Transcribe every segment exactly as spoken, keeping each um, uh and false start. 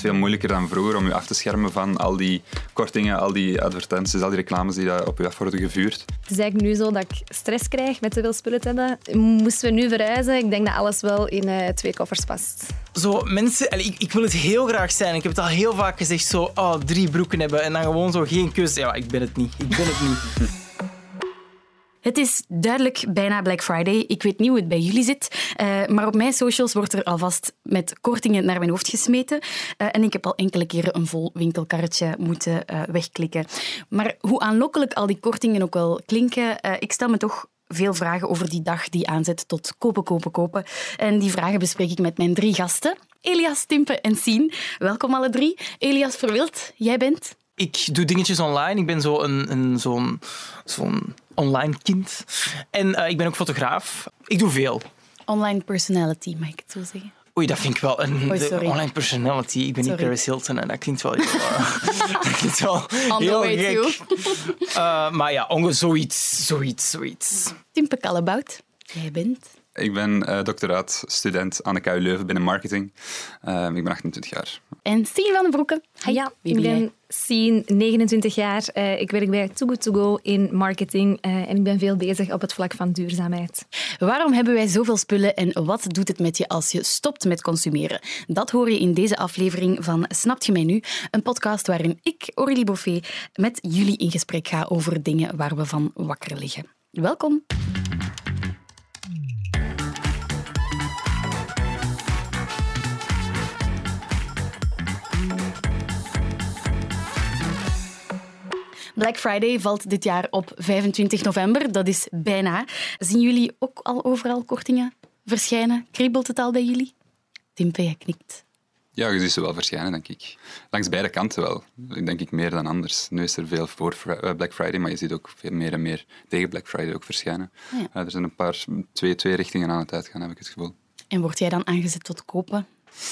veel moeilijker dan vroeger om je af te schermen van al die kortingen, al die advertenties, al die reclames die daar op je af worden gevuurd. Het is eigenlijk nu zo dat ik stress krijg met te veel spullen te hebben. Moesten we nu verhuizen, ik denk dat alles wel in uh, twee koffers past. Zo, mensen, allee, ik, ik wil het heel graag zijn. Ik heb het al heel vaak gezegd, zo, oh, drie broeken hebben en dan gewoon zo geen keuze. Ja, ik ben het niet. Ik ben het niet. Het is duidelijk bijna Black Friday. Ik weet niet hoe het bij jullie zit, uh, maar op mijn socials wordt er alvast met kortingen naar mijn hoofd gesmeten. Uh, en ik heb al enkele keren een vol winkelkarretje moeten uh, wegklikken. Maar hoe aanlokkelijk al die kortingen ook wel klinken, uh, ik stel me toch veel vragen over die dag die aanzet tot kopen, kopen, kopen. En die vragen bespreek ik met mijn drie gasten. Elias, Timpe en Sien. Welkom alle drie. Elias Verwild, jij bent... Ik doe dingetjes online. Ik ben zo een, een, zo'n, zo'n online kind. En uh, ik ben ook fotograaf. Ik doe veel. Online personality, mag ik het zo zeggen? Oei, dat vind ik wel een Oei, sorry. online personality. Ik ben Sorry. niet Paris Hilton en dat klinkt wel heel, uh, dat klinkt wel On the heel way gek. Uh, maar ja, onge- zoiets, zoiets, zoiets. Timpe Kallebout, jij bent... Ik ben uh, doctoraatstudent aan de K U Leuven binnen marketing. Uh, ik ben achtentwintig jaar. En Sien van den Broeke. Hi. Ja, Wie ik ben jij? ben Sien, negenentwintig jaar. Uh, ik werk bij Too Good To Go in marketing uh, en ik ben veel bezig op het vlak van duurzaamheid. Waarom hebben wij zoveel spullen en wat doet het met je als je stopt met consumeren? Dat hoor je in deze aflevering van Snapt je mij nu? Een podcast waarin ik, Aurélie Boffet, met jullie in gesprek ga over dingen waar we van wakker liggen. Welkom. Black Friday valt dit jaar op vijfentwintig november. Dat is bijna. Zien jullie ook al overal kortingen verschijnen? Kriebelt het al bij jullie? Timpe, jij knikt. Ja, je ziet ze wel verschijnen, denk ik. Langs beide kanten wel. Ik denk ik meer dan anders. Nu is er veel voor Black Friday, maar je ziet ook veel meer en meer tegen Black Friday ook verschijnen. Ja. Uh, er zijn een paar, twee, twee richtingen aan het uitgaan, heb ik het gevoel. En word jij dan aangezet tot kopen?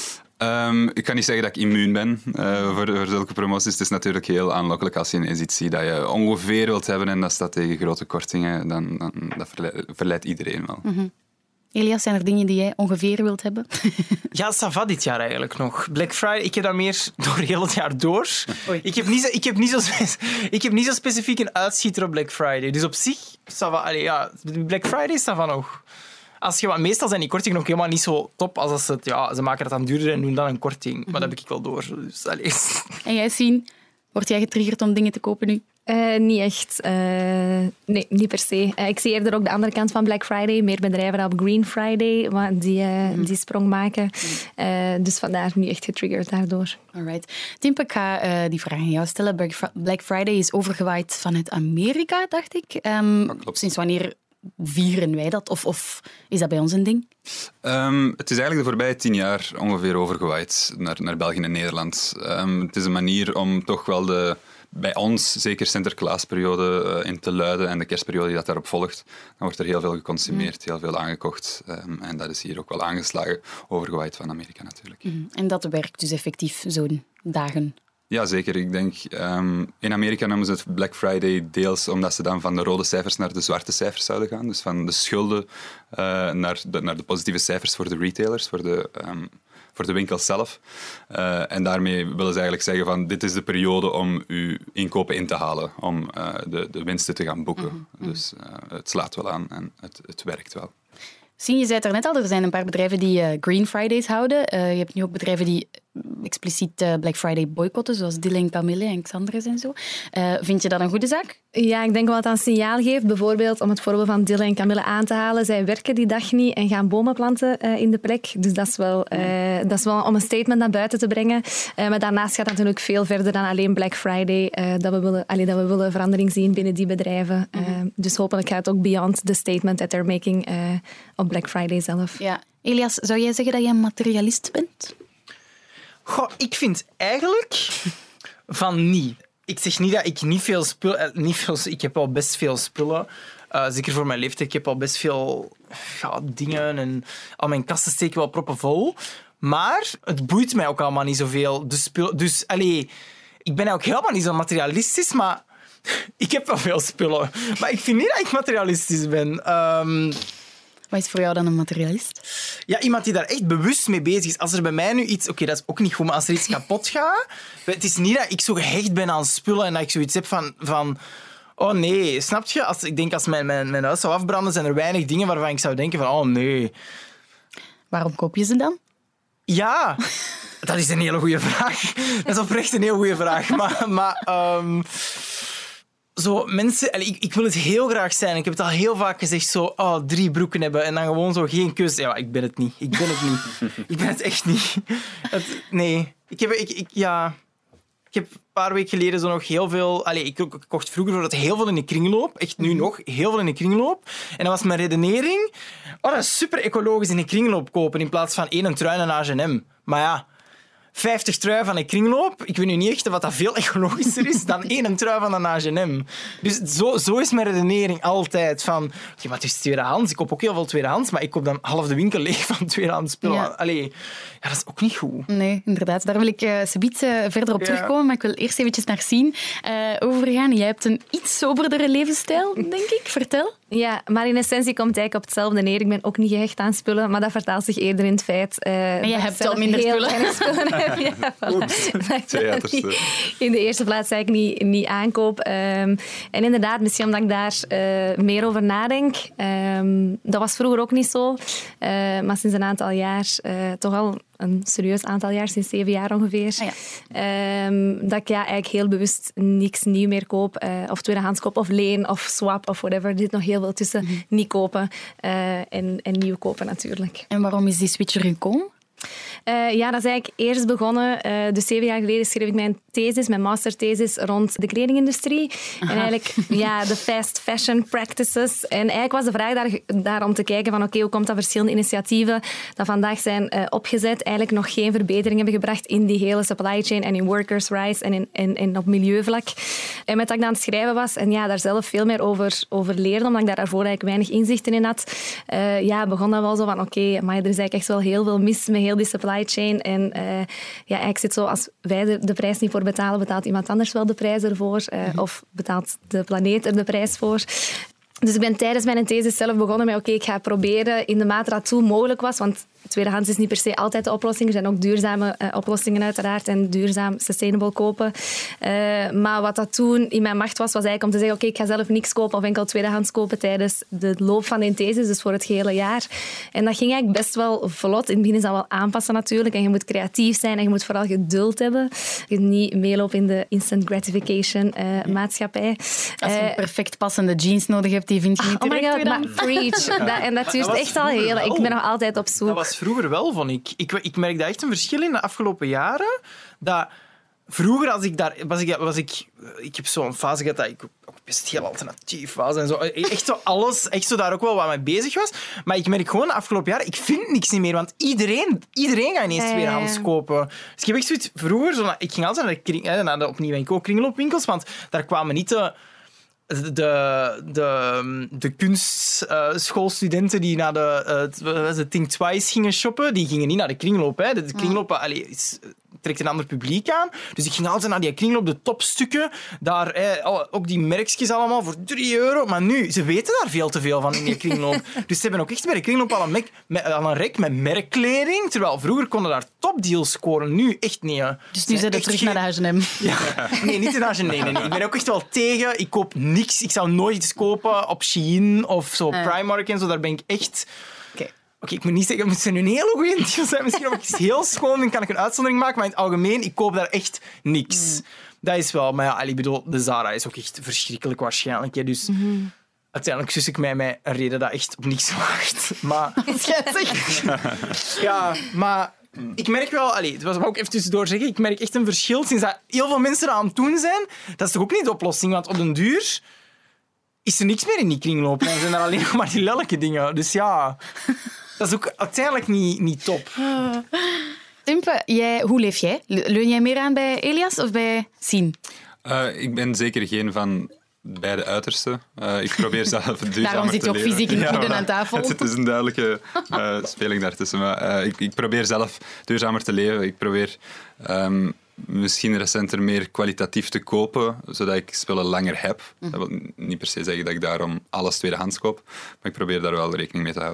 Um, ik kan niet zeggen dat ik immuun ben uh, voor, voor zulke promoties. Het is natuurlijk heel aanlokkelijk als je ineens iets ziet dat je ongeveer wilt hebben en dat staat tegen grote kortingen. Dan, dan dat verleidt, verleidt iedereen wel. Mm-hmm. Elias, zijn er dingen die jij ongeveer wilt hebben? Ja, ça va dit jaar eigenlijk nog. Black Friday, ik heb dat meer door heel het jaar door. Ik heb, niet zo, ik, heb niet zo spe- ik heb niet zo specifiek een uitschieter op Black Friday. Dus op zich, ça va, allee, ja, Black Friday is ça va nog. Als je, want meestal zijn die kortingen ook helemaal niet zo top als als het, ja, ze maken het dan duurder en doen dan een korting. Maar dat heb ik wel door. Dus, allee. En jij, Sien, word jij getriggerd om dingen te kopen nu? Uh, niet echt. Uh, nee, niet per se. Uh, ik zie eerder ook de andere kant van Black Friday. Meer bedrijven op Green Friday wat die, uh, mm. die sprong maken. Uh, dus vandaar niet echt getriggerd daardoor. Alright. Timpe, ik ga uh, die vraag aan jou stellen. Black Friday is overgewaaid vanuit Amerika, dacht ik. Um, sinds wanneer vieren wij dat? Of, of is dat bij ons een ding? Um, het is eigenlijk de voorbije tien jaar ongeveer overgewaaid naar, naar België en Nederland. Um, het is een manier om toch wel de... Bij ons, zeker Sinterklaasperiode, uh, in te luiden en de kerstperiode die dat daarop volgt, dan wordt er heel veel geconsumeerd, heel veel aangekocht. Um, en dat is hier ook wel aangeslagen, overgewaaid van Amerika natuurlijk. Mm-hmm. En dat werkt dus effectief zo'n dagen? Ja, zeker. Ik denk, um, in Amerika noemen ze het Black Friday deels omdat ze dan van de rode cijfers naar de zwarte cijfers zouden gaan. Dus van de schulden uh, naar, de, naar de positieve cijfers voor de retailers, voor de... Um, voor de winkel zelf. Uh, en daarmee willen ze eigenlijk zeggen van dit is de periode om uw inkopen in te halen, om uh, de, de winsten te gaan boeken. Mm-hmm. Dus uh, het slaat wel aan en het, het werkt wel. Sien, je zei het er net al, er zijn een paar bedrijven die uh, Green Fridays houden. Uh, je hebt nu ook bedrijven die expliciet uh, Black Friday boycotten, zoals Dylan, Camille en Xandres en zo. Uh, vind je dat een goede zaak? Ja, ik denk wel dat het een signaal geeft. Bijvoorbeeld, om het voorbeeld van Dylan en Camille aan te halen. Zij werken die dag niet en gaan bomen planten uh, in de plek. Dus dat is, wel, uh, dat is wel om een statement naar buiten te brengen. Uh, maar daarnaast gaat het natuurlijk veel verder dan alleen Black Friday. Uh, dat, we willen, allee, dat we willen verandering zien binnen die bedrijven. Uh, mm-hmm. Dus hopelijk gaat het ook beyond the statement that they're making uh, op Black Friday zelf. Ja. Elias, zou jij zeggen dat jij een materialist bent? Goh, ik vind eigenlijk van niet. Ik zeg niet dat ik niet veel spullen... Niet veel, ik heb al best veel spullen. Uh, zeker voor mijn leeftijd. Ik heb al best veel ja, dingen en al mijn kasten steken wel proppen vol. Maar het boeit mij ook allemaal niet zoveel. Dus, spul, dus allee, ik ben ook helemaal niet zo materialistisch, maar ik heb wel veel spullen. Maar ik vind niet dat ik materialistisch ben. Um, Wat is voor jou dan een materialist? Ja, iemand die daar echt bewust mee bezig is. Als er bij mij nu iets... Oké, okay, dat is ook niet goed, maar als er iets kapot gaat... Het is niet dat ik zo gehecht ben aan spullen en dat ik zoiets heb van... van oh nee, snap je? Als, ik denk als mijn, mijn, mijn huis zou afbranden, zijn er weinig dingen waarvan ik zou denken van... Oh nee. Waarom koop je ze dan? Ja, dat is een hele goede vraag. Dat is oprecht een heel goede vraag. Maar... maar um, Zo, mensen, ik, ik wil het heel graag zijn. Ik heb het al heel vaak gezegd, zo, oh, drie broeken hebben en dan gewoon zo geen kus. Ja, ik ben het niet. Ik ben het niet. Ik ben het echt niet. Het, nee. Ik heb, ik, ik, ja... ik heb een paar weken geleden zo nog heel veel... Allez, ik kocht vroeger voor dat heel veel in de kringloop. Echt nu nog. Heel veel in de kringloop. En dat was mijn redenering. Oh, dat is super ecologisch in de kringloop kopen in plaats van één trui en een H en M. Maar ja... vijftig trui van een kringloop. Ik weet nu niet echt wat dat veel ecologischer is dan één trui van een H en M. Dus zo, zo is mijn redenering altijd. Van, oké, okay, maar het is tweedehands. Ik koop ook heel veel tweedehands, maar ik koop dan half de winkel leeg van tweedehands spullen. Ja. Allee, ja, dat is ook niet goed. Nee, inderdaad. Daar wil ik uh, subiet uh, verder op Ja. terugkomen, maar ik wil eerst eventjes naar Sien uh, overgaan. Jij hebt een iets soberdere levensstijl, denk ik. Vertel. Ja, maar in essentie komt het eigenlijk op hetzelfde neer. Ik ben ook niet gehecht aan spullen, maar dat vertaalt zich eerder in het feit... Uh, maar je dat hebt ik al minder heel spullen. weinig spullen heb. Ja, voilà. Dat ik Twee dat uiterste. niet- in de eerste plaats eigenlijk niet, niet aankoop. Um, en inderdaad, misschien omdat ik daar uh, meer over nadenk. Um, dat was vroeger ook niet zo. Uh, maar sinds een aantal jaar, uh, toch al een serieus aantal jaar, sinds zeven jaar ongeveer, Ah, ja. um, dat ik ja, eigenlijk heel bewust niks nieuw meer koop. Uh, of tweedehands koop, of leen, of swap, of whatever. Er zit nog heel veel tussen. Mm-hmm. Niet kopen uh, en, en nieuw kopen natuurlijk. En waarom is die switch er gekomen? Uh, ja, dat is eigenlijk eerst begonnen. Uh, dus zeven jaar geleden schreef ik mijn thesis, mijn masterthesis rond de kledingindustrie. Aha. En eigenlijk ja, de fast fashion practices. En eigenlijk was de vraag daar, daar om te kijken van oké, okay, hoe komt dat verschillende initiatieven dat vandaag zijn uh, opgezet eigenlijk nog geen verbetering hebben gebracht in die hele supply chain en in workers' rights en, in, en, en op milieuvlak. En met dat ik aan het schrijven was en ja, daar zelf veel meer over, over leerde, omdat ik daar daarvoor eigenlijk weinig inzichten in had, uh, ja, begon dat wel zo van oké, okay, maar er is eigenlijk echt wel heel veel mis met heel die supply chain. En uh, ja, eigenlijk zit zo, als wij er de prijs niet voor betalen, betaalt iemand anders wel de prijs ervoor. Uh, mm-hmm. Of betaalt de planeet er de prijs voor. Dus ik ben tijdens mijn thesis zelf begonnen met oké, okay, ik ga proberen in de mate dat toen mogelijk was, want tweedehands is niet per se altijd de oplossing. Er zijn ook duurzame uh, oplossingen uiteraard en duurzaam, sustainable kopen. Uh, maar wat dat toen in mijn macht was, was eigenlijk om te zeggen oké, okay, ik ga zelf niks kopen of enkel tweedehands kopen tijdens de loop van de thesis, dus voor het gehele jaar. En dat ging eigenlijk best wel vlot. In het begin is dat wel aanpassen natuurlijk en je moet creatief zijn en je moet vooral geduld hebben. Je moet niet meelopen in de instant gratification uh, maatschappij. Als je uh, perfect passende jeans nodig hebt, die vind je niet oh direct my god, maar preach. Dat, en dat duurt dat echt al heel... wel. Ik ben nog altijd op zoek. Dat was vroeger wel, vond ik. Ik, ik merk dat echt een verschil in de afgelopen jaren. Dat vroeger, als ik daar... Was ik, was ik, ik heb zo'n fase gehad dat ik ook best heel alternatief was. En zo. Echt zo alles, echt zo daar ook wel wat mee bezig was. Maar ik merk gewoon de afgelopen jaren, ik vind niks niet meer. Want iedereen, iedereen gaat ineens tweedehands kopen. Dus ik heb echt zoiets... Vroeger, zo, ik ging altijd naar de, kring, naar de opnieuw en koop kringloopwinkels, want daar kwamen niet de... De, de, de kunstschoolstudenten uh, die naar de, uh, de Think Twice gingen shoppen, die gingen niet naar de kringloop. Hè. De, de kringloop allee, is, trekt een ander publiek aan. Dus ik ging altijd naar die kringloop, de topstukken. Daar, eh, ook die merkjes allemaal voor drie euro. Maar nu, ze weten daar veel te veel van in die kringloop. Dus ze hebben ook echt bij de kringloop al een, mek, met, al een rek met merkkleding. Terwijl vroeger konden daar topdeals scoren. Nu echt niet. Hè. Dus nu zijn we terug geen... naar de H en M. Ja. Nee, niet de H en M. Nee, nee, nee. Ik ben ook echt wel tegen. Ik koop niks. Ik zou nooit iets kopen op Shein of zo uh. Primark en zo. Daar ben ik echt... Oké, okay, ik moet niet zeggen, het moet nu een hele goede deal zijn. Misschien ook iets heel schoon, dan kan ik een uitzondering maken. Maar in het algemeen, ik koop daar echt niks. Mm. Dat is wel... Maar ja, ik bedoel, de Zara is ook echt verschrikkelijk waarschijnlijk. Hè, dus mm-hmm. uiteindelijk zus ik mij met een reden dat echt op niks wacht. Maar... ja, maar... Ik merk wel... Allez, dat was ook even tussendoor zeggen. Ik merk echt een verschil. Sinds dat heel veel mensen er aan het doen zijn, dat is toch ook niet de oplossing. Want op den duur... is er niks meer in die kringloop. Dan zijn er alleen nog maar die lelijke dingen. Dus ja... Dat is ook uiteindelijk niet, niet top. Uh. Timpe, jij, hoe leef jij? Leun jij meer aan bij Elias of bij Sien? Uh, ik ben zeker geen van beide uitersten. Uh, ik probeer zelf duurzamer te leven. Daarom zit je ook fysiek in het midden ja, aan tafel. Het is een duidelijke uh, speling daartussen. Maar uh, ik, ik probeer zelf duurzamer te leven. Ik probeer... Um, misschien recenter meer kwalitatief te kopen, zodat ik spullen langer heb. Mm. Dat wil niet per se zeggen dat ik daarom alles tweedehands koop, maar ik probeer daar wel rekening mee te houden.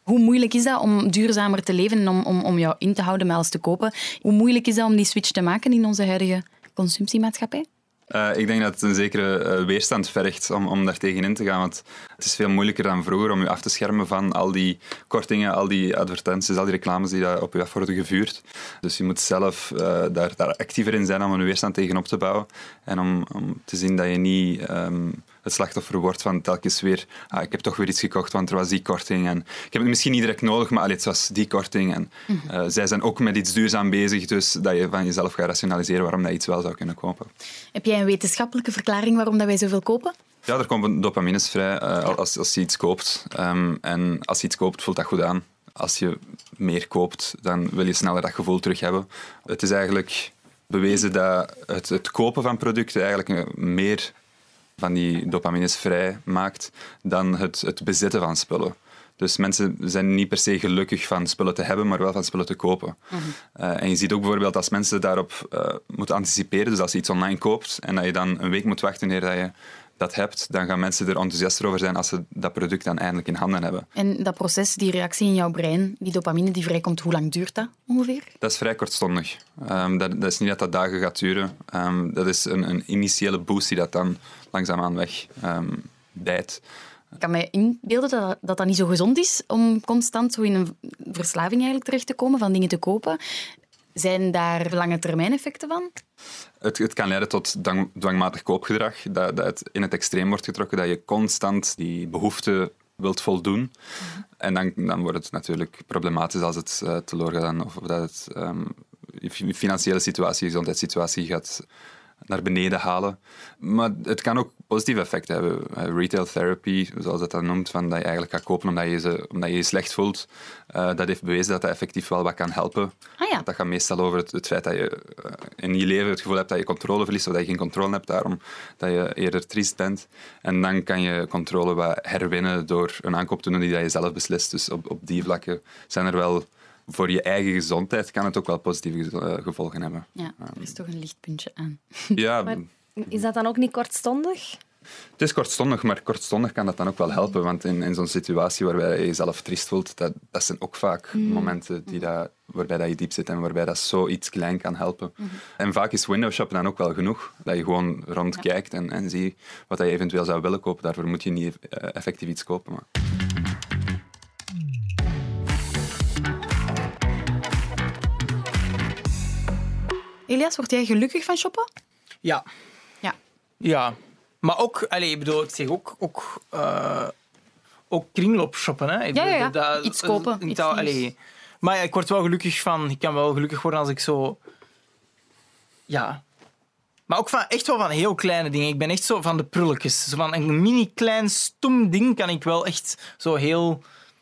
Hoe moeilijk is dat om duurzamer te leven en om, om, om jou in te houden met alles te kopen? Hoe moeilijk is dat om die switch te maken in onze huidige consumptiemaatschappij? Uh, ik denk dat het een zekere uh, weerstand vergt om, om daar tegenin te gaan. Want het is veel moeilijker dan vroeger om je af te schermen van al die kortingen, al die advertenties, al die reclames die daar op je af worden gevuurd. Dus je moet zelf uh, daar, daar actiever in zijn om een weerstand tegenop te bouwen. En om, om te zien dat je niet um, het slachtoffer wordt van telkens weer ah, ik heb toch weer iets gekocht, want er was die korting. En ik heb het misschien niet direct nodig, maar allee, het was die korting. En uh, zij zijn ook met iets duurzaam bezig, dus dat je van jezelf gaat rationaliseren waarom je iets wel zou kunnen kopen. Heb jij een wetenschappelijke verklaring waarom dat wij zoveel kopen? Ja, er komen dopamines vrij uh, als, als je iets koopt. Um, en als je iets koopt, voelt dat goed aan. Als je meer koopt, dan wil je sneller dat gevoel terug hebben. Het is eigenlijk bewezen dat het, het kopen van producten eigenlijk meer van die dopamines vrij maakt dan het, het bezitten van spullen. Dus mensen zijn niet per se gelukkig van spullen te hebben, maar wel van spullen te kopen. Mm-hmm. Uh, en je ziet ook bijvoorbeeld als mensen daarop uh, moeten anticiperen, dus als je iets online koopt en dat je dan een week moet wachten wanneer je dat hebt, dan gaan mensen er enthousiaster over zijn als ze dat product dan eindelijk in handen hebben. En dat proces, die reactie in jouw brein, die dopamine die vrijkomt, hoe lang duurt dat ongeveer? Dat is vrij kortstondig. Um, dat, dat is niet dat dat dagen gaat duren. Um, dat is een, een initiële boost die dat dan langzaamaan weg um, bijt. Ik kan mij inbeelden dat, dat dat niet zo gezond is om constant zo in een verslaving eigenlijk terecht te komen van dingen te kopen. Zijn daar lange termijn effecten van? Het, het kan leiden tot dwang, dwangmatig koopgedrag. Dat, dat het in het extreem wordt getrokken, dat je constant die behoefte wilt voldoen. Mm-hmm. En dan, dan wordt het natuurlijk problematisch als het uh, teloor gaat. Of dat het um, je financiële situatie, je gezondheidssituatie gaat naar beneden halen. Maar het kan ook positieve effecten hebben. Retail therapy, zoals dat dan noemt, van dat je eigenlijk gaat kopen omdat je je, omdat je, je slecht voelt. Uh, dat heeft bewezen dat dat effectief wel wat kan helpen. Ah, ja. Dat gaat meestal over het, het feit dat je uh, in je leven het gevoel hebt dat je controle verliest of dat je geen controle hebt, daarom dat je eerder triest bent. En dan kan je controle wat herwinnen door een aankoop te doen die dat je zelf beslist. Dus op, op die vlakken zijn er wel... Voor je eigen gezondheid kan het ook wel positieve uh, gevolgen hebben. Ja, er is toch een lichtpuntje aan. Ja. Maar is dat dan ook niet kortstondig? Het is kortstondig, maar kortstondig kan dat dan ook wel helpen. Want in, in zo'n situatie waarbij je jezelf triest voelt, dat, dat zijn ook vaak mm. momenten die dat, waarbij dat je diep zit en waarbij dat zoiets klein kan helpen. Mm. En vaak is window shoppen dan ook wel genoeg. Dat je gewoon rondkijkt en, en ziet wat je eventueel zou willen kopen. Daarvoor moet je niet uh, effectief iets kopen. Maar... Elias, word jij gelukkig van shoppen? Ja. Ja. Ja. Maar ook, allez, ik bedoel, ik zeg ook, ook, uh, ook kringloop shoppen. Hè. Ik ja, ja, ja. bedoel, dat, iets kopen. Dat, iets allez. Maar ja, ik word wel gelukkig van, ik kan wel gelukkig worden als ik zo... Ja. Maar ook van, echt wel van heel kleine dingen. Ik ben echt zo van de prulletjes. Zo van een mini klein stom ding kan ik wel echt zo heel...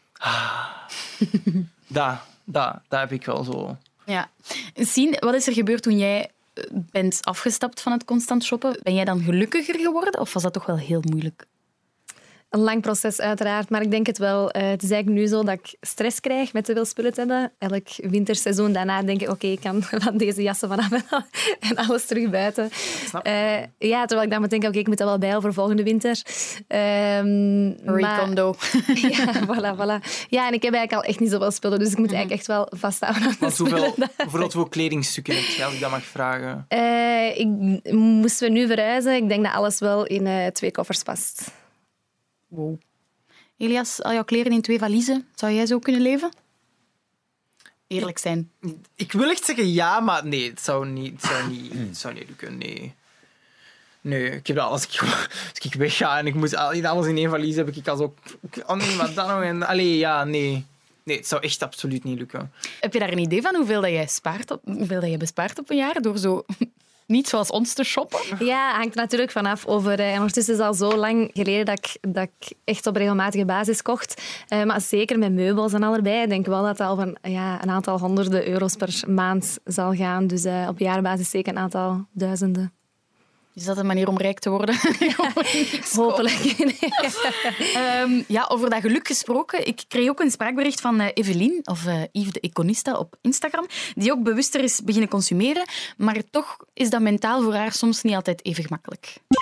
dat, dat, dat heb ik wel zo... Ja. Sien, wat is er gebeurd toen jij bent afgestapt van het constant shoppen? Ben jij dan gelukkiger geworden of was dat toch wel heel moeilijk? Een lang proces uiteraard, maar ik denk het wel. Uh, het is eigenlijk nu zo dat ik stress krijg met te veel spullen te hebben. Elk winterseizoen daarna denk ik, oké, okay, ik kan van deze jassen vanaf en alles terug buiten. Uh, ja, terwijl ik dan moet denken, oké, okay, ik moet dat wel bij voor volgende winter. Um, Recondo. Ja, voilà, voilà. Ja, en ik heb eigenlijk al echt niet zoveel spullen, dus ik moet eigenlijk echt wel vasthouden aan mijn spullen. Hoeveel, bijvoorbeeld hoeveel kledingstukken heb je, als ik dat mag vragen? Uh, ik, moesten we nu verhuizen, ik denk dat alles wel in uh, twee koffers past. Wow. Elias, al jouw kleren in twee valiezen, zou jij zo kunnen leven? Eerlijk zijn. Ik, ik wil echt zeggen ja, maar nee, het zou niet, het zou niet, het zou niet lukken. Nee. Nee, ik heb dat als ik, als ik wegga en ik moet alles in één valies heb, ik als ook... Oh nee, maar dan nog en... Allee, ja, nee. Nee, het zou echt absoluut niet lukken. Heb je daar een idee van hoeveel dat jij spaart op, hoeveel dat je bespaart op een jaar door zo... Niet zoals ons te shoppen? Ja, hangt natuurlijk vanaf. Over, en ondertussen is het al zo lang geleden dat ik, dat ik echt op regelmatige basis kocht. Uh, maar zeker met meubels en al erbij. Ik denk wel dat het al van ja, een aantal honderden euro's per maand zal gaan. Dus uh, op jaarbasis zeker een aantal duizenden. Is dat een manier om rijk te worden? Hopelijk. um, ja, over dat geluk gesproken. Ik kreeg ook een spraakbericht van uh, Evelien, of uh, Yves de Econista op Instagram, die ook bewuster is beginnen consumeren. Maar toch is dat mentaal voor haar soms niet altijd even gemakkelijk. Het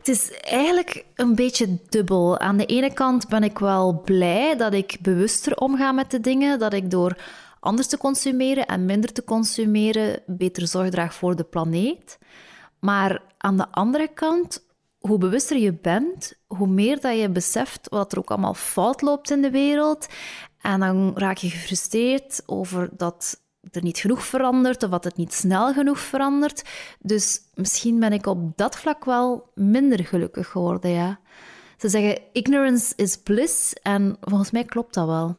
Het is eigenlijk een beetje dubbel. Aan de ene kant ben ik wel blij dat ik bewuster omga met de dingen, dat ik door anders te consumeren en minder te consumeren beter zorg draag voor de planeet. Maar aan de andere kant, hoe bewuster je bent, hoe meer dat je beseft wat er ook allemaal fout loopt in de wereld. En dan raak je gefrustreerd over dat er niet genoeg verandert of dat het niet snel genoeg verandert. Dus misschien ben ik op dat vlak wel minder gelukkig geworden, ja. Ze zeggen, ignorance is bliss. En volgens mij klopt dat wel.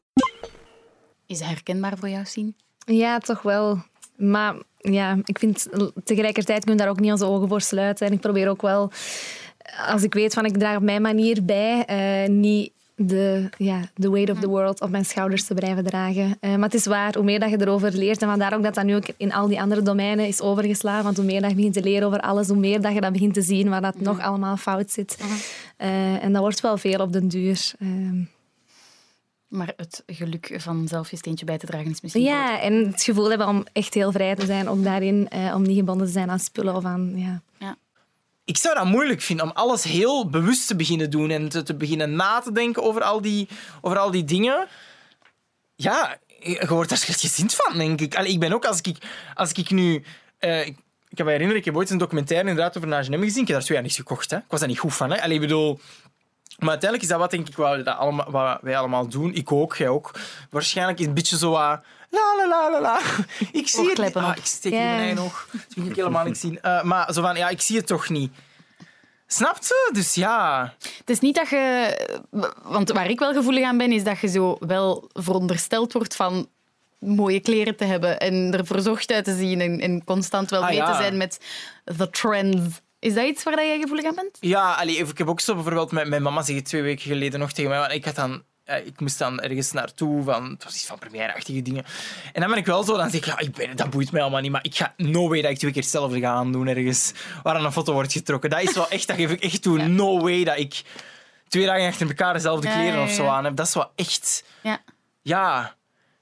Is dat herkenbaar voor jou, Sien? Ja, toch wel. Maar ja, ik vind tegelijkertijd kun je daar ook niet onze ogen voor sluiten. En ik probeer ook wel, als ik weet van ik draag op mijn manier bij, uh, niet de, ja, the weight of the world op mijn schouders te blijven dragen. Uh, maar het is waar, hoe meer dat je erover leert, en vandaar ook dat dat nu ook in al die andere domeinen is overgeslagen, want hoe meer dat je begint te leren over alles, hoe meer dat je dat begint te zien waar dat nog allemaal fout zit. Uh, en dat wordt wel veel op den duur. Uh, Maar het geluk van zelf je steentje bij te dragen is misschien Ja, groot. en het gevoel hebben om echt heel vrij te zijn, ook daarin, uh, om niet gebonden te zijn aan spullen of aan... Ja. Ja. Ik zou dat moeilijk vinden om alles heel bewust te beginnen doen en te, te beginnen na te denken over al die, over al die dingen. Ja, je wordt daar slechtgezind van, denk ik. Allee, ik ben ook, als ik, als ik nu... Uh, ik, ik kan me herinneren, ik heb ooit een documentaire inderdaad over H en M gezien. Ik heb daar twee jaar niks gekocht. Hè. Ik was daar niet goed van. Hè. Allee, ik bedoel... Maar uiteindelijk is dat wat, denk ik, wat, dat allemaal, wat wij allemaal doen. Ik ook, jij ook. Waarschijnlijk is het een beetje zo... Uh, la, la, la, la, la. Ik zie het niet. Ah, ik steek ja. in mijn eigen oog. Dat wil ik helemaal niet zien. Uh, maar zo van, ja, ik zie het toch niet. Snap je? Dus ja... Het is niet dat je... Want waar ik wel gevoelig aan ben, is dat je zo wel verondersteld wordt van mooie kleren te hebben en er verzorgd uit te zien en, en constant wel ah, mee ja. te zijn met the trends. Is dat iets waar jij gevoelig aan bent? Ja, allee, ik heb ook zo bijvoorbeeld... Mijn, mijn mama zei twee weken geleden nog tegen mij... Want ik, had dan, ik moest dan ergens naartoe, van, het was iets van première-achtige dingen. En dan ben ik wel zo... Dan zeg ik, ja, ik ben, dat boeit mij allemaal niet, maar ik ga no way dat ik twee keer hetzelfde ga aandoen ergens waar dan een foto wordt getrokken. Dat is wel echt... Dat geef ik echt toe. Ja. No way dat ik twee dagen achter elkaar dezelfde kleren ja, ja, ja. of zo aan heb. Dat is wel echt... Ja. Ja...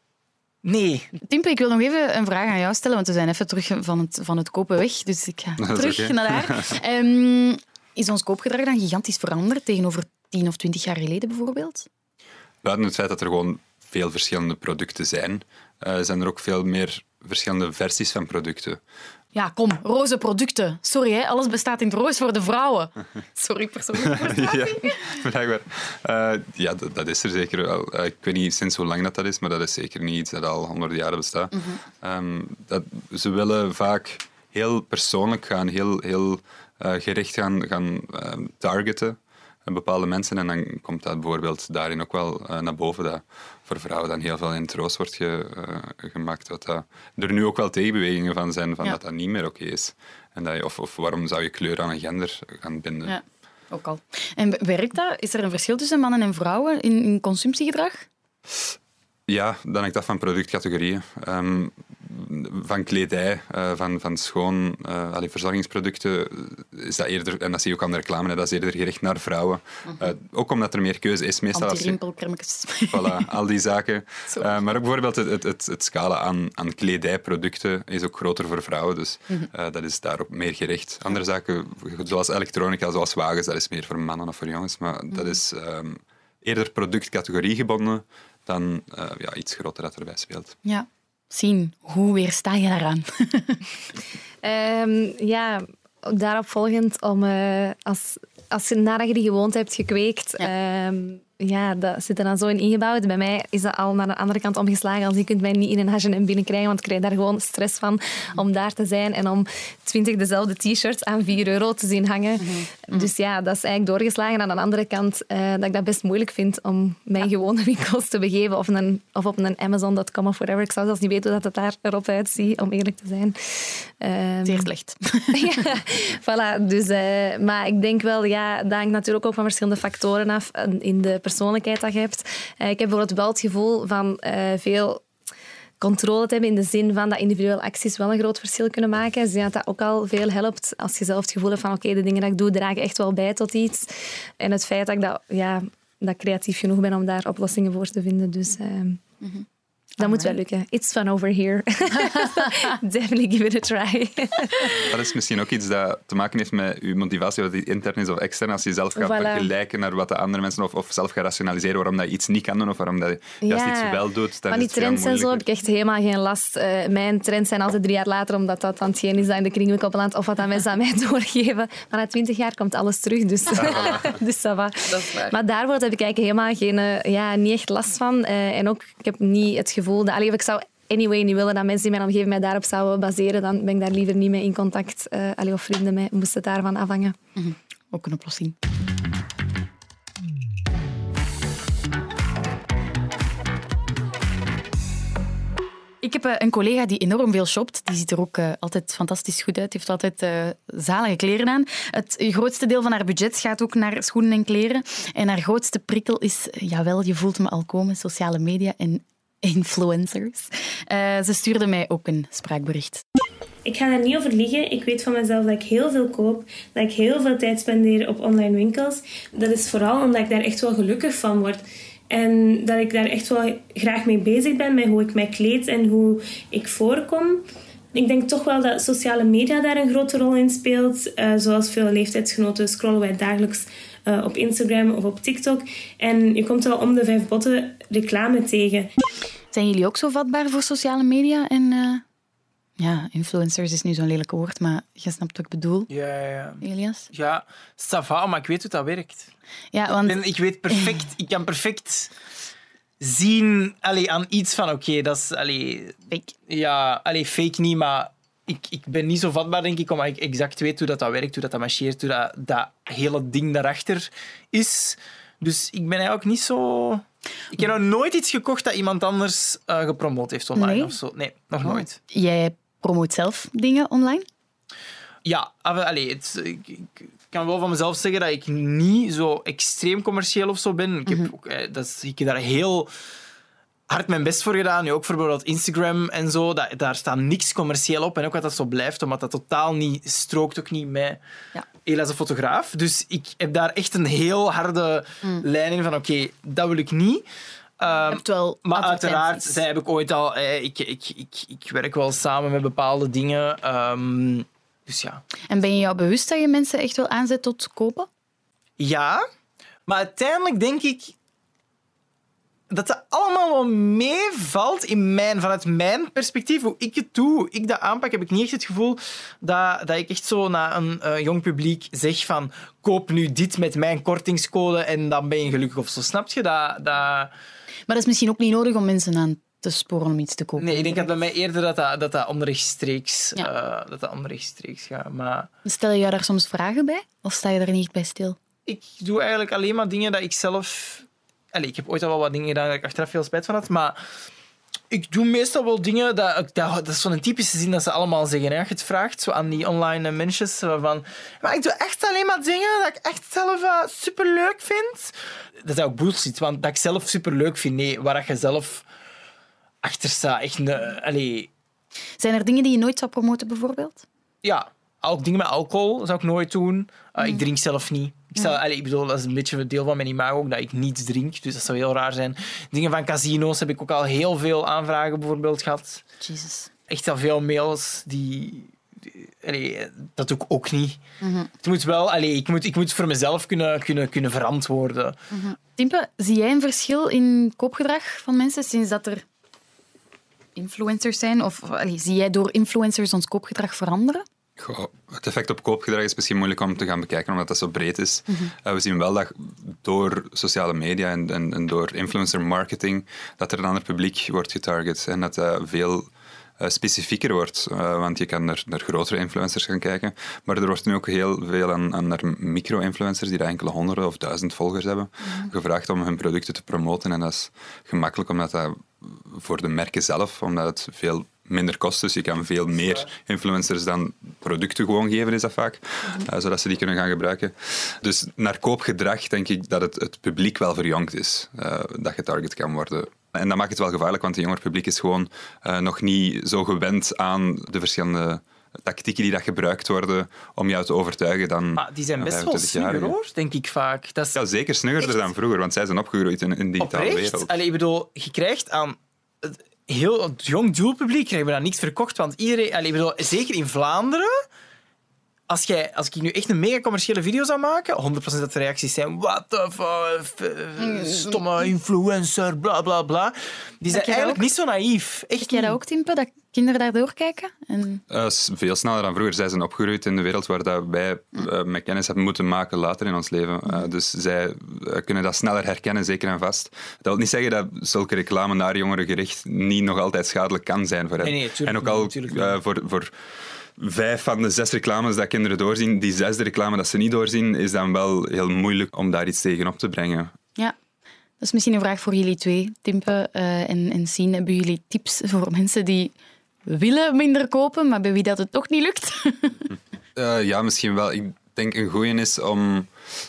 Nee. Timpe, ik wil nog even een vraag aan jou stellen, want we zijn even terug van het, van het kopen weg. Dus ik ga terug okay. naar daar. Um, is ons koopgedrag dan gigantisch veranderd tegenover tien of twintig jaar geleden bijvoorbeeld? Buiten het feit dat er gewoon veel verschillende producten zijn, uh, zijn er ook veel meer verschillende versies van producten. Ja, kom, roze producten. Sorry, hè, alles bestaat in het roos voor de vrouwen. Sorry, persoonlijke frustratie. Ja, blijkbaar. Uh, ja, dat, dat is er zeker wel. Uh, ik weet niet sinds hoe lang dat, dat is, maar dat is zeker niet iets dat al honderden jaren bestaat. Mm-hmm. Um, dat, ze willen vaak heel persoonlijk gaan, heel, heel uh, gericht gaan, gaan um, targeten. Bepaalde mensen. En dan komt dat bijvoorbeeld daarin ook wel uh, naar boven dat voor vrouwen dan heel veel in het roos wordt ge, uh, gemaakt. Dat dat er nu ook wel tegenbewegingen van zijn van ja. dat dat niet meer oké is. En dat je, of, of waarom zou je kleur aan een gender gaan binden? Ja, ook al. En werkt dat? Is er een verschil tussen mannen en vrouwen in, in consumptiegedrag? Ja, dan hangt dat van productcategorieën. Um, van kledij, uh, van, van schoon, uh, allee, verzorgingsproducten, is dat eerder, en dat zie je ook aan de reclame, dat is eerder gericht naar vrouwen. Uh, ook omdat er meer keuze is. Meestal Anti-rimpelcremmetjes. Voilà, al die zaken. Uh, maar ook bijvoorbeeld het, het, het, het scala aan, aan kledijproducten is ook groter voor vrouwen, dus uh, dat is daarop meer gericht. Andere zaken, zoals elektronica, zoals wagens, dat is meer voor mannen of voor jongens, maar dat is um, eerder productcategorie gebonden dan uh, ja, iets groter dat erbij speelt. Ja. Sien, hoe weersta je daaraan? um, ja, daarop volgend om uh, als, als je nadat je die gewoonte hebt gekweekt, ja. Um, ja, dat zit er dan zo in ingebouwd. Bij mij is dat al naar de andere kant omgeslagen. Als je kunt mij niet in een H en M binnenkrijgen, want ik krijg daar gewoon stress van om daar te zijn en om twintig dezelfde t-shirts aan vier euro te zien hangen. Mm-hmm. Dus ja, dat is eigenlijk doorgeslagen. Aan de andere kant uh, dat ik dat best moeilijk vind om mijn ja. gewone winkels te begeven of, een, of op een Amazon dot com of whatever. Ik zou zelfs niet weten hoe dat het daar erop uitziet, om eerlijk te zijn. Um, Zeer slecht. ja, voilà. Dus, uh, maar ik denk wel, ja, dat hangt natuurlijk ook van verschillende factoren af in de persoonlijkheid dat je hebt. Uh, ik heb bijvoorbeeld wel het gevoel van uh, veel controle te hebben in de zin van dat individuele acties wel een groot verschil kunnen maken. Dus dat dat ook al veel helpt als je zelf het gevoel hebt van oké, okay, de dingen die ik doe dragen echt wel bij tot iets. En het feit dat ik dat, ja, dat creatief genoeg ben om daar oplossingen voor te vinden. Dus, uh... mm-hmm. Dat moet wel lukken. It's fun over here. Definitely give it a try. Dat is misschien ook iets dat te maken heeft met je motivatie, wat die intern is of extern. Als je zelf gaat Voilà. vergelijken naar wat de andere mensen, of, of zelf gaat rationaliseren waarom dat je iets niet kan doen of waarom dat je juist Ja. iets wel doet, dan Van is die het veel trends en zo heb moeilijker. ik echt helemaal geen last. Uh, mijn trends zijn altijd drie jaar later, omdat dat dan hetgeen is dat in de kringwinkel belandt of wat dat mensen aan mij doorgeven. Maar na twintig jaar komt alles terug, dus, dus ça va. Dat is waar. Maar daarvoor heb ik eigenlijk helemaal geen, uh, ja, niet echt last van. Uh, en ook, ik heb niet het gevoel dat... Allee, ik zou anyway niet willen dat mensen in mijn omgeving mij daarop zouden baseren. Dan ben ik daar liever niet mee in contact. Uh, allee, of vrienden mee moesten het daarvan afhangen. Mm-hmm. Ook een oplossing. Ik heb uh, een collega die enorm veel shopt. Die ziet er ook uh, altijd fantastisch goed uit. Heeft altijd uh, zalige kleren aan. Het grootste deel van haar budget gaat ook naar schoenen en kleren. En haar grootste prikkel is, uh, jawel, je voelt me al komen, sociale media en influencers. Uh, ze stuurde mij ook een spraakbericht. Ik ga daar niet over liegen. Ik weet van mezelf dat ik heel veel koop. Dat ik heel veel tijd spendeer op online winkels. Dat is vooral omdat ik daar echt wel gelukkig van word. En dat ik daar echt wel graag mee bezig ben. Met hoe ik mij kleed en hoe ik voorkom. Ik denk toch wel dat sociale media daar een grote rol in speelt. Uh, zoals veel leeftijdsgenoten scrollen wij dagelijks uh, op Instagram of op TikTok. En je komt wel om de vijf botten reclame tegen. Zijn jullie ook zo vatbaar voor sociale media? En uh, ja, influencers is nu zo'n lelijk woord, maar je snapt wat ik bedoel, Ja, ja, ja. Elias? Ja, ça va, maar ik weet hoe dat werkt. Ja, want... En ik weet perfect, ik kan perfect zien allee, aan iets van, oké, okay, dat is allee, Fake. Ja, allee, fake niet, maar ik, ik ben niet zo vatbaar, denk ik, omdat ik exact weet hoe dat, dat werkt, hoe dat, dat marcheert, hoe dat, dat hele ding daarachter is. Dus ik ben eigenlijk niet zo... Ik heb nog nooit iets gekocht dat iemand anders uh, gepromoot heeft online Nee? of zo. Nee, nog Oh. nooit. Jij promoot zelf dingen online? Ja, allee, het, ik, ik kan wel van mezelf zeggen dat ik niet zo extreem commercieel of zo ben. Ik heb, ook, eh, dat is, ik heb daar heel hard mijn best voor gedaan. Nu ook voor bijvoorbeeld Instagram en zo. Dat, daar staat niks commercieel op. En ook dat dat zo blijft, omdat dat totaal niet strookt, ook niet met Ja. Ela als fotograaf. Dus ik heb daar echt een heel harde Mm. lijn in van oké, dat wil ik niet. Um, Je hebt wel maar uiteraard, advertenties. zij heb ik ooit al... Eh, ik, ik, ik, ik werk wel samen met bepaalde dingen. Um, dus ja. En ben je jou bewust dat je mensen echt wel aanzet tot kopen? Ja, maar uiteindelijk denk ik dat dat allemaal wel meevalt in mijn, vanuit mijn perspectief. Hoe ik het doe, hoe ik dat aanpak, heb ik niet echt het gevoel dat, dat ik echt zo naar een uh, jong publiek zeg van koop nu dit met mijn kortingscode en dan ben je gelukkig of zo. Snap je? Dat, dat... Maar dat is misschien ook niet nodig om mensen aan te sporen om iets te kopen. Nee, ik denk dat bij mij eerder dat dat, dat, dat onrechtstreeks, Ja. uh, dat dat onrechtstreeks gaat. Maar Stel je jou daar soms vragen bij? Of sta je daar niet bij stil? ik doe eigenlijk alleen maar dingen dat ik zelf... Allee, ik heb ooit al wel wat dingen gedaan waar ik achteraf veel spijt van had, maar ik doe meestal wel dingen... Dat, dat, dat is zo'n typische zin dat ze allemaal zeggen. Hè. Als je het vraagt zo aan die online mensen van... Maar ik doe echt alleen maar dingen dat ik echt zelf uh, superleuk vind. Dat is ook bullshit, want dat ik zelf superleuk vind. Nee, waar je zelf achter staat. Echt een... Allee, Zijn er dingen die je nooit zou promoten, bijvoorbeeld? ja, ook dingen met alcohol zou ik nooit doen. Uh, Ik drink zelf niet. Ik, zou, allee, ik bedoel, dat is een beetje een deel van mijn imago ook, dat ik niets drink. Dus dat zou heel raar zijn. Dingen van casino's heb ik ook al heel veel aanvragen bijvoorbeeld gehad. Jesus. Echt al veel mails die... die allee, dat doe ik ook niet. Het moet wel... Allee, ik, moet, ik moet voor mezelf kunnen, kunnen, kunnen verantwoorden. Timpe, zie jij een verschil in koopgedrag van mensen sinds dat er influencers zijn? Of allee, zie jij door influencers ons koopgedrag veranderen? Goh, het effect op koopgedrag is misschien moeilijk om te gaan bekijken, omdat dat zo breed is. Mm-hmm. Uh, we zien wel dat door sociale media en, en, en door influencer marketing dat er een ander publiek wordt getarget en dat dat veel uh, specifieker wordt. Uh, want je kan naar, naar grotere influencers gaan kijken, maar er wordt nu ook heel veel aan, aan naar micro-influencers die daar enkele honderden of duizend volgers hebben, mm-hmm. gevraagd om hun producten te promoten. En dat is gemakkelijk omdat dat voor de merken zelf, omdat het veel minder kost, dus je kan veel meer influencers dan producten gewoon geven, is dat vaak, uh, zodat ze die kunnen gaan gebruiken. Dus naar koopgedrag denk ik dat het, het publiek wel verjongd is, uh, dat getarget kan worden. En dat maakt het wel gevaarlijk, want het jonger publiek is gewoon uh, nog niet zo gewend aan de verschillende tactieken die dat gebruikt worden om jou te overtuigen dan... Maar die zijn best wel snugger, hoor, denk ik vaak. Dat is ja, zeker snuggerder dan vroeger, want zij zijn opgegroeid in, in die digitale oprecht. wereld. Allee, ik bedoel, je krijgt aan... heel het jong doelpubliek krijgen we dan niks verkocht. Want iedereen, allee, ik bedoel, zeker in Vlaanderen, als, jij, als ik nu echt een mega commerciële video zou maken, honderd procent dat de reacties zijn, what the fuck, stomme influencer, bla bla bla. Die zijn eigenlijk niet zo naïef. Echt Heb jij dat ook, Timpe, dat kinderen daardoor kijken? En... Uh, veel sneller dan vroeger. Zij zijn opgegroeid in de wereld waar dat wij uh, met kennis hebben moeten maken later in ons leven. Uh, dus zij uh, kunnen dat sneller herkennen, zeker en vast. Dat wil niet zeggen dat zulke reclame naar jongeren gericht niet nog altijd schadelijk kan zijn voor hen. Nee, nee, tuurlijk, en ook al niet, uh, voor... voor Vijf van de zes reclames dat kinderen doorzien, die zesde reclame dat ze niet doorzien, is dan wel heel moeilijk om daar iets tegen op te brengen. Ja, dat is misschien een vraag voor jullie twee, Timpe uh, en, en Sien. Hebben jullie tips voor mensen die willen minder kopen, maar bij wie dat het toch niet lukt? uh, ja, misschien wel. Ik denk een goeie is om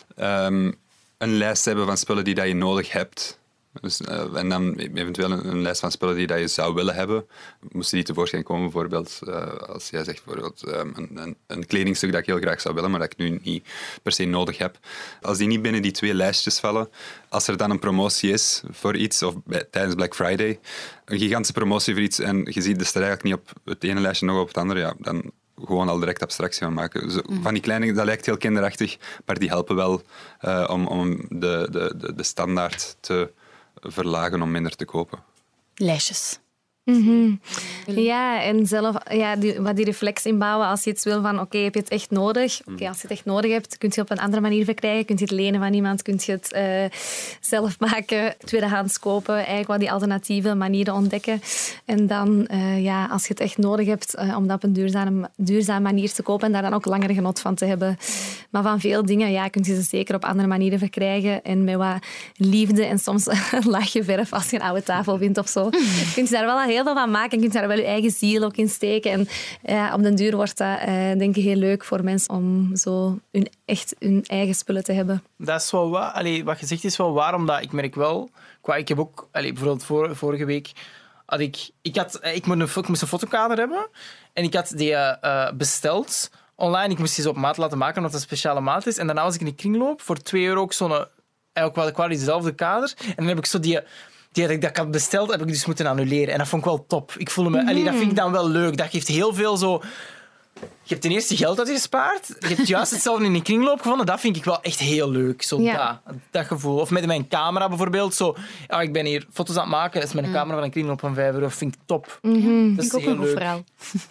um, een lijst te hebben van spullen die dat je nodig hebt. Dus, uh, en dan eventueel een, een lijst van spullen die dat je zou willen hebben. Moesten die tevoorschijn komen, bijvoorbeeld uh, als jij zegt bijvoorbeeld, um, een, een, een kledingstuk dat ik heel graag zou willen, maar dat ik nu niet per se nodig heb. Als die niet binnen die twee lijstjes vallen, als er dan een promotie is voor iets, of bij, tijdens Black Friday, een gigantische promotie voor iets en je ziet, er staat eigenlijk niet op het ene lijstje, nog op het andere, ja, dan gewoon al direct abstractie van maken. Zo, van die kleine, dat lijkt heel kinderachtig, maar die helpen wel uh, om, om de, de, de, de standaard te verlagen om minder te kopen. Lijstjes. Mm-hmm. Ja, en zelf ja, die, wat die reflex inbouwen als je iets wil van oké, okay, heb je het echt nodig? Oké, okay, als je het echt nodig hebt, kun je het op een andere manier verkrijgen. Kun je het lenen van iemand, kun je het uh, zelf maken, tweedehands kopen, eigenlijk wat die alternatieve manieren ontdekken. En dan, uh, ja, als je het echt nodig hebt, uh, om dat op een duurzame, duurzame manier te kopen en daar dan ook langer genot van te hebben. Maar van veel dingen, ja, kun je ze zeker op andere manieren verkrijgen en met wat liefde en soms een laagje verf als je een oude tafel vindt of zo. Kun je daar wel heel veel van maken en kunt daar wel je eigen ziel ook in steken. En ja, op den duur wordt dat uh, denk ik heel leuk voor mensen om zo hun, echt hun eigen spullen te hebben. Dat is wel waar. Allee, wat je zegt is wel waar, omdat ik merk wel... Qua, ik heb ook... Allee, bijvoorbeeld voor, vorige week... Had ik, ik, had, ik, moest een, ik moest een fotokader hebben en ik had die uh, besteld online. Ik moest die zo op maat laten maken, omdat het een speciale maat is. En daarna was ik in de kringloop voor twee euro ook zo'n... Eigenlijk wel dezelfde kader. En dan heb ik zo die... Die dat ik dat had besteld, heb ik dus moeten annuleren. En dat vond ik wel top. Ik voelde me, mm-hmm. allee, dat vind ik dan wel leuk. Dat geeft heel veel zo... Je hebt ten eerste geld uitgespaard. Je hebt juist hetzelfde in een kringloop gevonden. Dat vind ik wel echt heel leuk. Zo ja. dat, dat gevoel. Of met mijn camera bijvoorbeeld. Zo, ja, ik ben hier foto's aan het maken. Dat is met een mm. camera van een kringloop van vijf euro. Dat vind ik top. Mm-hmm. Dat is ik ook een goed verhaal.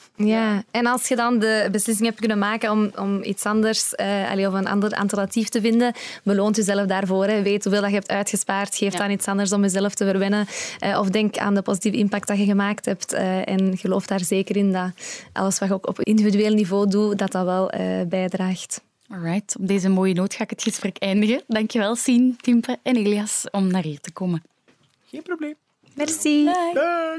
Ja, en als je dan de beslissing hebt kunnen maken om, om iets anders, uh, allee, of een ander alternatief te vinden, beloont jezelf daarvoor. Hè. Weet hoeveel dat je hebt uitgespaard. Geef ja. dan iets anders om jezelf te verwennen. Uh, of denk aan de positieve impact dat je gemaakt hebt. Uh, en geloof daar zeker in dat alles wat je ook op individueel niveau doet, dat dat wel uh, bijdraagt. Alright, op deze mooie noot ga ik het gesprek eindigen. Dankjewel, Sien, Timpe en Elias, om naar hier te komen. Geen probleem. Merci. Bye.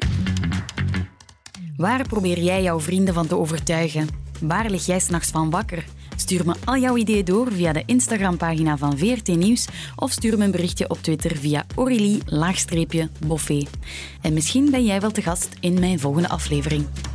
Waar probeer jij jouw vrienden van te overtuigen? Waar lig jij 's nachts van wakker? Stuur me al jouw ideeën door via de Instagram-pagina van V R T Nieuws of stuur me een berichtje op Twitter via Aurélie-Boffé. En misschien ben jij wel te gast in mijn volgende aflevering.